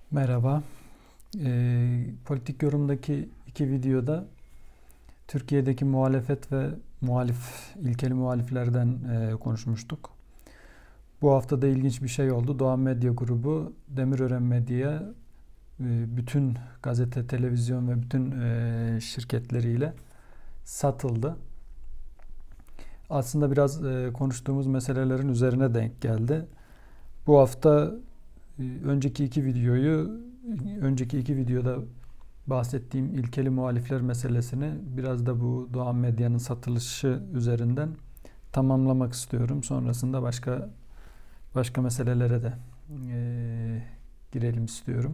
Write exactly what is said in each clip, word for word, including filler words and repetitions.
Merhaba. Eee, politik yorumdaki iki videoda Türkiye'deki muhalefet ve muhalif, ilkeli muhaliflerden eee, konuşmuştuk. Bu hafta da ilginç bir şey oldu. Doğan Medya Grubu, Demirören Medya'ya eee, bütün gazete, televizyon ve bütün eee, şirketleriyle satıldı. Aslında biraz eee, konuştuğumuz meselelerin üzerine denk geldi. Bu hafta eee, önceki iki videoyu, önceki iki videoda bahsettiğim ilkeli muhalifler meselesini biraz da bu Doğan Medya'nın satılışı üzerinden tamamlamak istiyorum. Sonrasında başka başka meselelere de e, girelim istiyorum.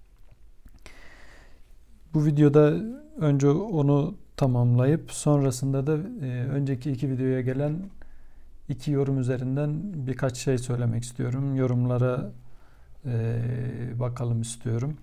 Bu videoda önce onu tamamlayıp sonrasında da e, önceki iki videoya gelen iki yorum üzerinden birkaç şey söylemek istiyorum. Yorumlara e, bakalım istiyorum.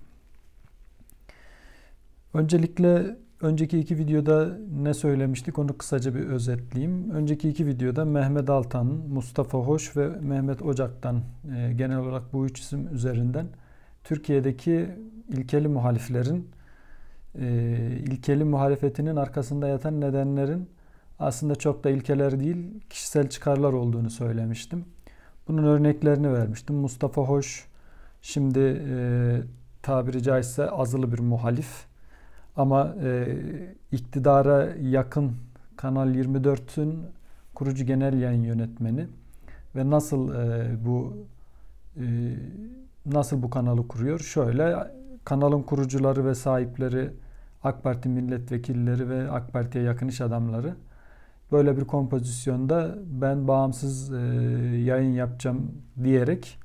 Öncelikle önceki iki videoda ne söylemiştik onu kısaca bir özetleyeyim. Önceki iki videoda Mehmet Altan, Mustafa Hoş ve Mehmet Ocak'tan e, genel olarak bu üç isim üzerinden Türkiye'deki ilkeli muhaliflerin, e, ilkeli muhalefetinin arkasında yatan nedenlerin aslında çok da ilkeler değil, kişisel çıkarlar olduğunu söylemiştim. Bunun örneklerini vermiştim. Mustafa Hoş şimdi e, tabiri caizse azılı bir muhalif. Ama e, iktidara yakın Kanal yirmi dört'ün kurucu genel yayın yönetmeni ve nasıl e, bu e, nasıl bu kanalı kuruyor? Şöyle, kanalın kurucuları ve sahipleri AK Parti milletvekilleri ve AK Parti'ye yakın iş adamları. Böyle bir kompozisyonda ben bağımsız e, yayın yapacağım diyerek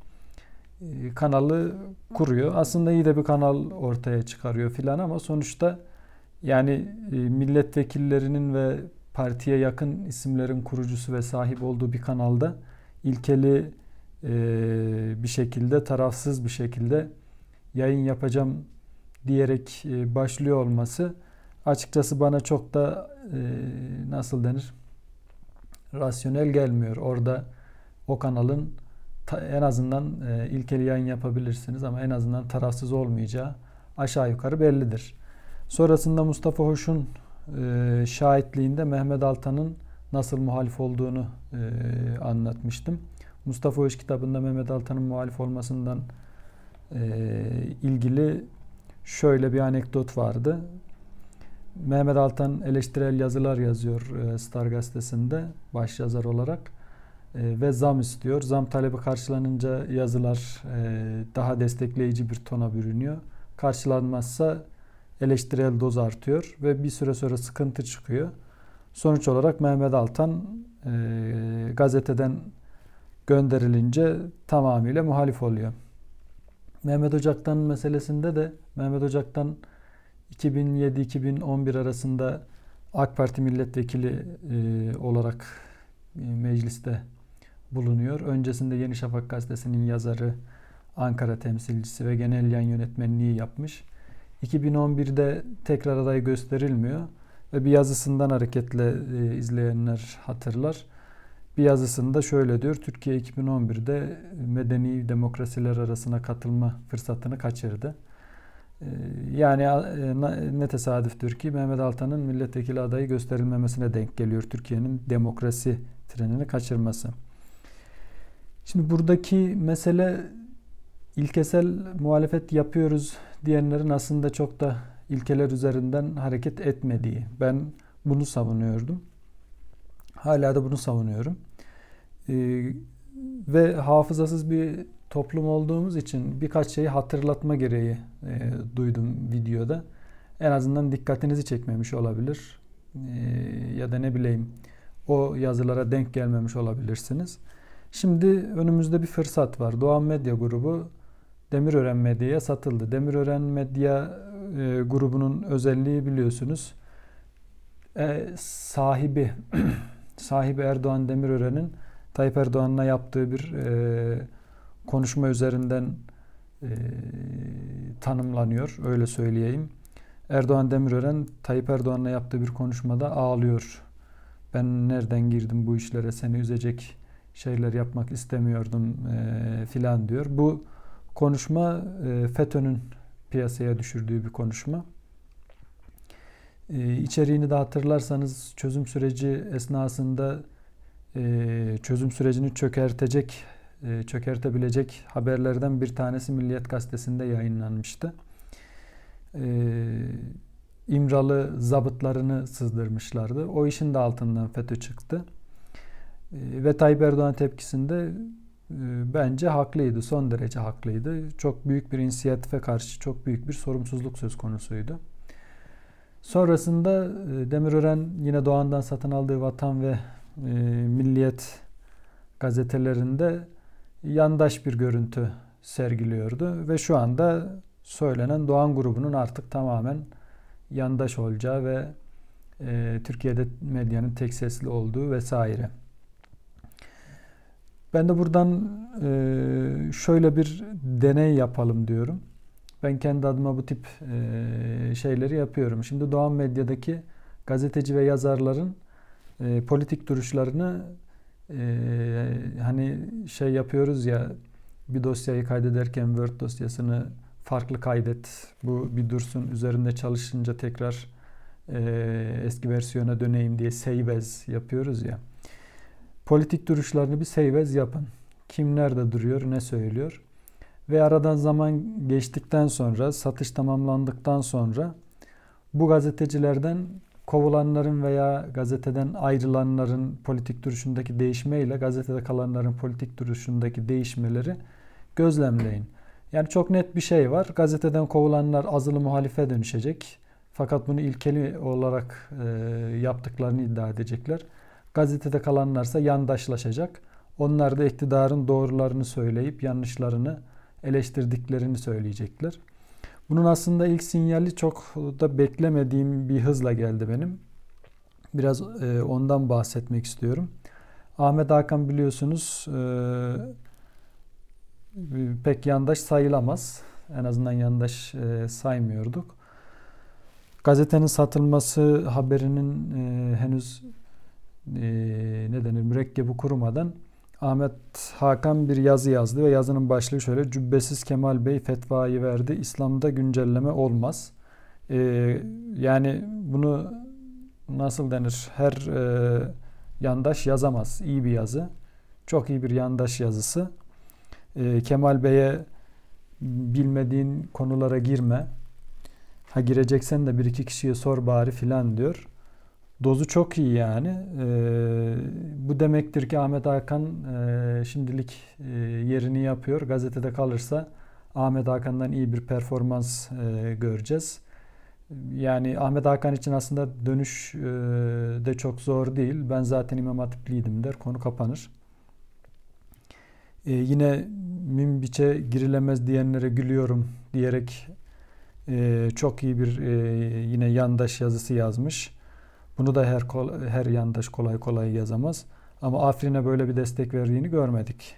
e, kanalı kuruyor. Aslında iyi de bir kanal ortaya çıkarıyor filan ama sonuçta yani e, milletvekillerinin ve partiye yakın isimlerin kurucusu ve sahip olduğu bir kanalda ilkeli e, bir şekilde, tarafsız bir şekilde yayın yapacağım diyerek e, başlıyor olması açıkçası bana çok da e, nasıl denir? Rasyonel gelmiyor. Orada o kanalın en azından e, ilkeli yayın yapabilirsiniz ama en azından tarafsız olmayacağı aşağı yukarı bellidir. Sonrasında Mustafa Hoş'un e, şahitliğinde Mehmet Altan'ın nasıl muhalif olduğunu e, anlatmıştım. Mustafa Hoş kitabında Mehmet Altan'ın muhalif olmasından e, ilgili şöyle bir anekdot vardı. Mehmet Altan eleştirel yazılar yazıyor e, Star gazetesinde başyazar olarak e, ve zam istiyor. Zam talebi karşılanınca yazılar e, daha destekleyici bir tona bürünüyor. Karşılanmazsa eleştirel doz artıyor ve bir süre sonra sıkıntı çıkıyor. Sonuç olarak Mehmet Altan e, gazeteden gönderilince tamamıyla muhalif oluyor. Mehmet Ocak'tan meselesinde de Mehmet Ocak'tan iki bin yedi iki bin on bir arasında AK Parti milletvekili e, olarak e, mecliste bulunuyor. Öncesinde Yeni Şafak gazetesinin yazarı, Ankara temsilcisi ve genel yayın yönetmenliği yapmış. iki bin on birde tekrar aday gösterilmiyor ve bir yazısından hareketle e, izleyenler hatırlar. Bir yazısında şöyle diyor: Türkiye iki bin on birde medeni demokrasiler arasına katılma fırsatını kaçırdı. E, yani e, ne tesadüftür ki Mehmet Altan'ın milletvekili adayı gösterilmemesine denk geliyor Türkiye'nin demokrasi trenini kaçırması. Şimdi buradaki mesele ilkesel muhalefet yapıyoruz diyenlerin aslında çok da ilkeler üzerinden hareket etmediği. Ben bunu savunuyordum. Hala da bunu savunuyorum. Ee, ve hafızasız bir toplum olduğumuz için birkaç şeyi hatırlatma gereği e, duydum videoda. En azından dikkatinizi çekmemiş olabilir. Ee, ya da ne bileyim o yazılara denk gelmemiş olabilirsiniz. Şimdi önümüzde bir fırsat var. Doğan Medya Grubu Demirören Medya'ya satıldı. Demirören Medya e, grubunun özelliği biliyorsunuz. E, sahibi sahibi Erdoğan Demirören'in Tayyip Erdoğan'la yaptığı bir e, konuşma üzerinden e, tanımlanıyor. Öyle söyleyeyim. Erdoğan Demirören Tayyip Erdoğan'la yaptığı bir konuşmada ağlıyor. Ben nereden girdim bu işlere, seni üzecek şeyler yapmak istemiyordum e, filan diyor. Bu konuşma e, FETÖ'nün piyasaya düşürdüğü bir konuşma. E, içeriğini de hatırlarsanız çözüm süreci esnasında e, çözüm sürecini çökertecek, e, çökertebilecek haberlerden bir tanesi Milliyet Gazetesi'nde yayınlanmıştı. E, İmralı zabıtlarını sızdırmışlardı. O işin de altından FETÖ çıktı. E, ve Tayyip Erdoğan tepkisinde e, bence haklıydı, son derece haklıydı. Çok büyük bir inisiyatife karşı çok büyük bir sorumsuzluk söz konusuydu. Sonrasında e, Demirören yine Doğan'dan satın aldığı Vatan ve e, Milliyet gazetelerinde yandaş bir görüntü sergiliyordu ve şu anda söylenen Doğan grubunun artık tamamen yandaş olacağı ve e, Türkiye'de medyanın tek sesli olduğu vesaire. Ben de buradan e, şöyle bir deney yapalım diyorum. Ben kendi adıma bu tip e, şeyleri yapıyorum. Şimdi Doğan Medya'daki gazeteci ve yazarların e, politik duruşlarını e, hani şey yapıyoruz ya, bir dosyayı kaydederken Word dosyasını farklı kaydet, bu bir dursun, üzerinde çalışınca tekrar e, eski versiyona döneyim diye save as yapıyoruz ya. Politik duruşlarını bir save as yapın. Kim nerede duruyor, ne söylüyor. Ve aradan zaman geçtikten sonra, satış tamamlandıktan sonra bu gazetecilerden kovulanların veya gazeteden ayrılanların politik duruşundaki değişmeyle gazetede kalanların politik duruşundaki değişmeleri gözlemleyin. Yani çok net bir şey var. Gazeteden kovulanlar azılı muhalife dönüşecek. Fakat bunu ilkeli olarak e, yaptıklarını iddia edecekler. Gazetede kalanlarsa yandaşlaşacak. Onlar da iktidarın doğrularını söyleyip yanlışlarını eleştirdiklerini söyleyecekler. Bunun aslında ilk sinyali çok da beklemediğim bir hızla geldi benim. Biraz e, ondan bahsetmek istiyorum. Ahmet Hakan biliyorsunuz e, pek yandaş sayılamaz. En azından yandaş e, saymıyorduk. Gazetenin satılması haberinin e, henüz e, ne denir mürekkebi kurumadan Ahmet Hakan bir yazı yazdı ve yazının başlığı şöyle: Cübbesiz Kemal Bey fetvayı verdi. İslam'da güncelleme olmaz. Ee, yani bunu nasıl denir? Her e, yandaş yazamaz. İyi bir yazı. Çok iyi bir yandaş yazısı. Ee, Kemal Bey'e bilmediğin konulara girme. Ha gireceksen de bir iki kişiye sor bari filan diyor. Dozu çok iyi yani. Ee, bu demektir ki Ahmet Hakan e, şimdilik e, yerini yapıyor. Gazetede kalırsa Ahmet Hakan'dan iyi bir performans e, göreceğiz. Yani Ahmet Hakan için aslında dönüş e, de çok zor değil. Ben zaten İmam Hatipliydim der, konu kapanır. E, yine Münbiç'e girilemez diyenlere gülüyorum diyerek e, çok iyi bir e, yine yandaş yazısı yazmış. Bunu da her her yandaş kolay kolay yazamaz. Ama Afrin'e böyle bir destek verdiğini görmedik.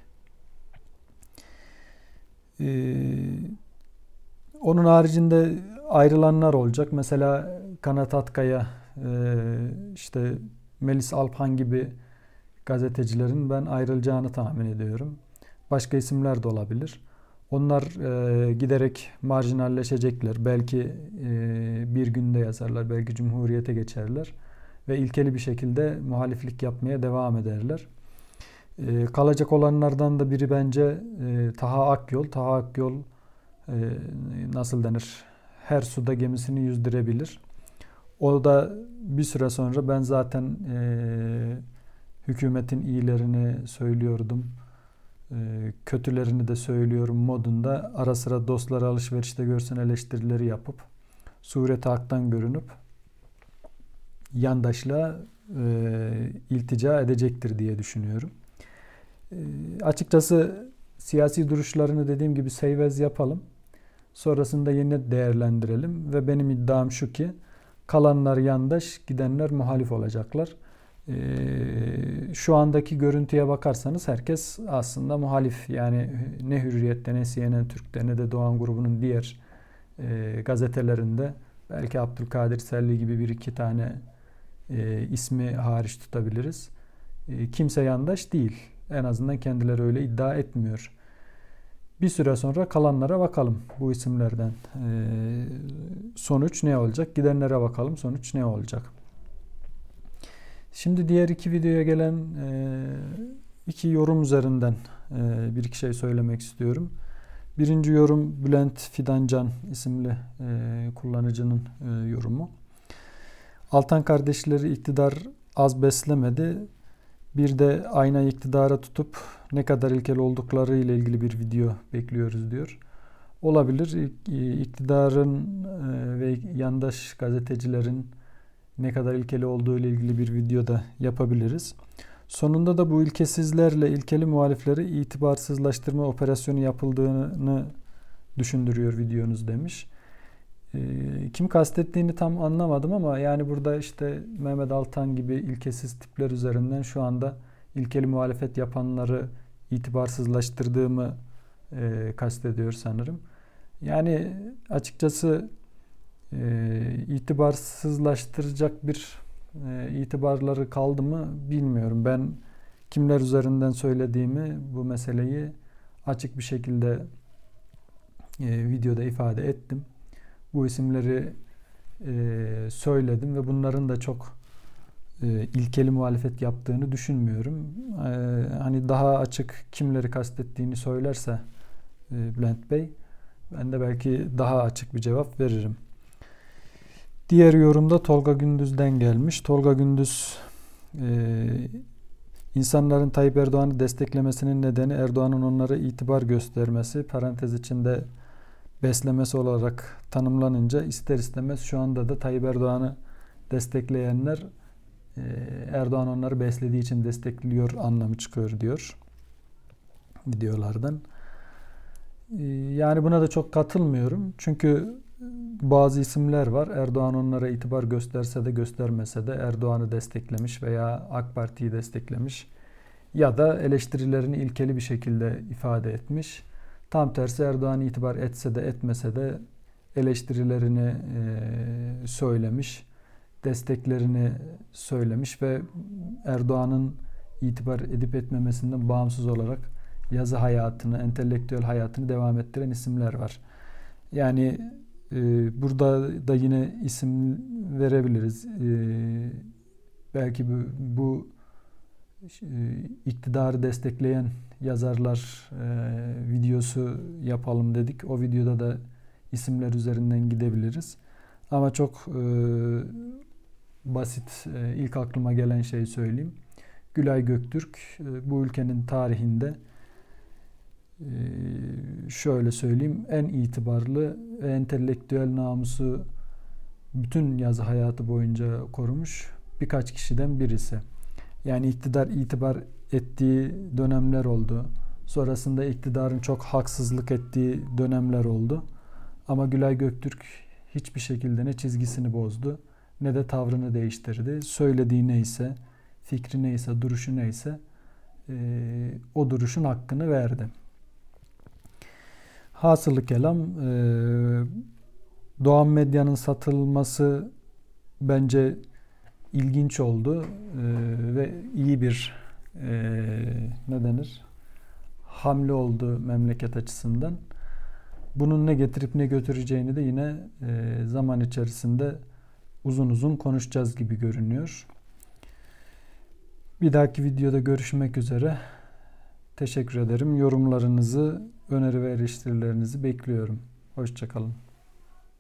Ee, onun haricinde ayrılanlar olacak. Mesela Kanat Atkaya, e, işte Melis Alpan gibi gazetecilerin ben ayrılacağını tahmin ediyorum. Başka isimler de olabilir. Onlar e, giderek marjinalleşecekler. Belki e, bir günde yazarlar, belki Cumhuriyet'e geçerler ve ilkeli bir şekilde muhaliflik yapmaya devam ederler. E, kalacak olanlardan da biri bence e, Taha Akyol. Taha Akyol e, nasıl denir? Her suda gemisini yüzdürebilir. O da bir süre sonra ben zaten e, hükümetin iyilerini söylüyordum, e, kötülerini de söylüyorum modunda ara sıra dostları alışverişte görsün eleştirileri yapıp sureti haktan görünüp yandaşlığa e, iltica edecektir diye düşünüyorum. E, açıkçası siyasi duruşlarını dediğim gibi save as yapalım. Sonrasında yine değerlendirelim ve benim iddiam şu ki kalanlar yandaş, gidenler muhalif olacaklar. E, şu andaki görüntüye bakarsanız herkes aslında muhalif. Yani ne Hürriyet'te, ne C N N Türk'te, ne de Doğan grubunun diğer e, gazetelerinde belki Abdülkadir Selvi gibi bir iki tane e, ismi hariç tutabiliriz. E, kimse yandaş değil. En azından kendileri öyle iddia etmiyor. Bir süre sonra kalanlara bakalım bu isimlerden. Ee, sonuç ne olacak? Gidenlere bakalım sonuç ne olacak? Şimdi diğer iki videoya gelen e, iki yorum üzerinden e, bir iki şey söylemek istiyorum. Birinci yorum Bülent Fidancan isimli e, kullanıcının e, yorumu. Altan kardeşleri iktidar az beslemedi. Bir de aynayı iktidara tutup ne kadar ilkel oldukları ile ilgili bir video bekliyoruz diyor. Olabilir. İktidarın ve yandaş gazetecilerin ne kadar ilkeli olduğu ile ilgili bir video da yapabiliriz. Sonunda da bu ilkesizlerle ilkeli muhalifleri itibarsızlaştırma operasyonu yapıldığını düşündürüyor videonuz demiş. Kim kastettiğini tam anlamadım ama yani burada işte Mehmet Altan gibi ilkesiz tipler üzerinden şu anda ilkeli muhalefet yapanları itibarsızlaştırdığımı e, kastediyor sanırım. Yani açıkçası e, itibarsızlaştıracak bir e, itibarları kaldı mı bilmiyorum. Ben kimler üzerinden söylediğimi bu meseleyi açık bir şekilde e, videoda ifade ettim. Bu isimleri e, söyledim ve bunların da çok e, ilkeli muhalefet yaptığını düşünmüyorum. E, hani daha açık kimleri kastettiğini söylerse e, Bülent Bey, ben de belki daha açık bir cevap veririm. Diğer yorumda Tolga Gündüz'den gelmiş. Tolga Gündüz e, insanların Tayyip Erdoğan'ı desteklemesinin nedeni Erdoğan'ın onlara itibar göstermesi, parantez içinde beslemesi olarak tanımlanınca ister istemez şu anda da Tayyip Erdoğan'ı destekleyenler Erdoğan onları beslediği için destekliyor anlamı çıkıyor diyor videolardan. Yani buna da çok katılmıyorum. Çünkü bazı isimler var. Erdoğan onlara itibar gösterse de göstermese de Erdoğan'ı desteklemiş veya AK Parti'yi desteklemiş ya da eleştirilerini ilkeli bir şekilde ifade etmiş. Tam tersi Erdoğan itibar etse de etmese de eleştirilerini e, söylemiş, desteklerini söylemiş ve Erdoğan'ın itibar edip etmemesinden bağımsız olarak yazı hayatını, entelektüel hayatını devam ettiren isimler var. Yani e, burada da yine isim verebiliriz. E, belki bu, bu e, iktidarı destekleyen yazarlar e, videosu yapalım dedik. O videoda da isimler üzerinden gidebiliriz. Ama çok e, basit, e, ilk aklıma gelen şeyi söyleyeyim. Gülay Göktürk e, bu ülkenin tarihinde e, şöyle söyleyeyim en itibarlı ve entelektüel namusu bütün yazı hayatı boyunca korumuş birkaç kişiden birisi. Yani iktidar itibar ettiği dönemler oldu. Sonrasında iktidarın çok haksızlık ettiği dönemler oldu. Ama Gülay Göktürk hiçbir şekilde ne çizgisini bozdu ne de tavrını değiştirdi. Söylediği neyse, fikri neyse, duruşu neyse e, o duruşun hakkını verdi. Hasılı kelam e, Doğan Medya'nın satılması bence ilginç oldu e, ve iyi bir e, ne denir hamle oldu memleket açısından. Bunun ne getirip ne götüreceğini de yine e, zaman içerisinde uzun uzun konuşacağız gibi görünüyor. Bir dahaki videoda görüşmek üzere. Teşekkür ederim. Yorumlarınızı, öneri ve eleştirilerinizi bekliyorum. Hoşça kalın.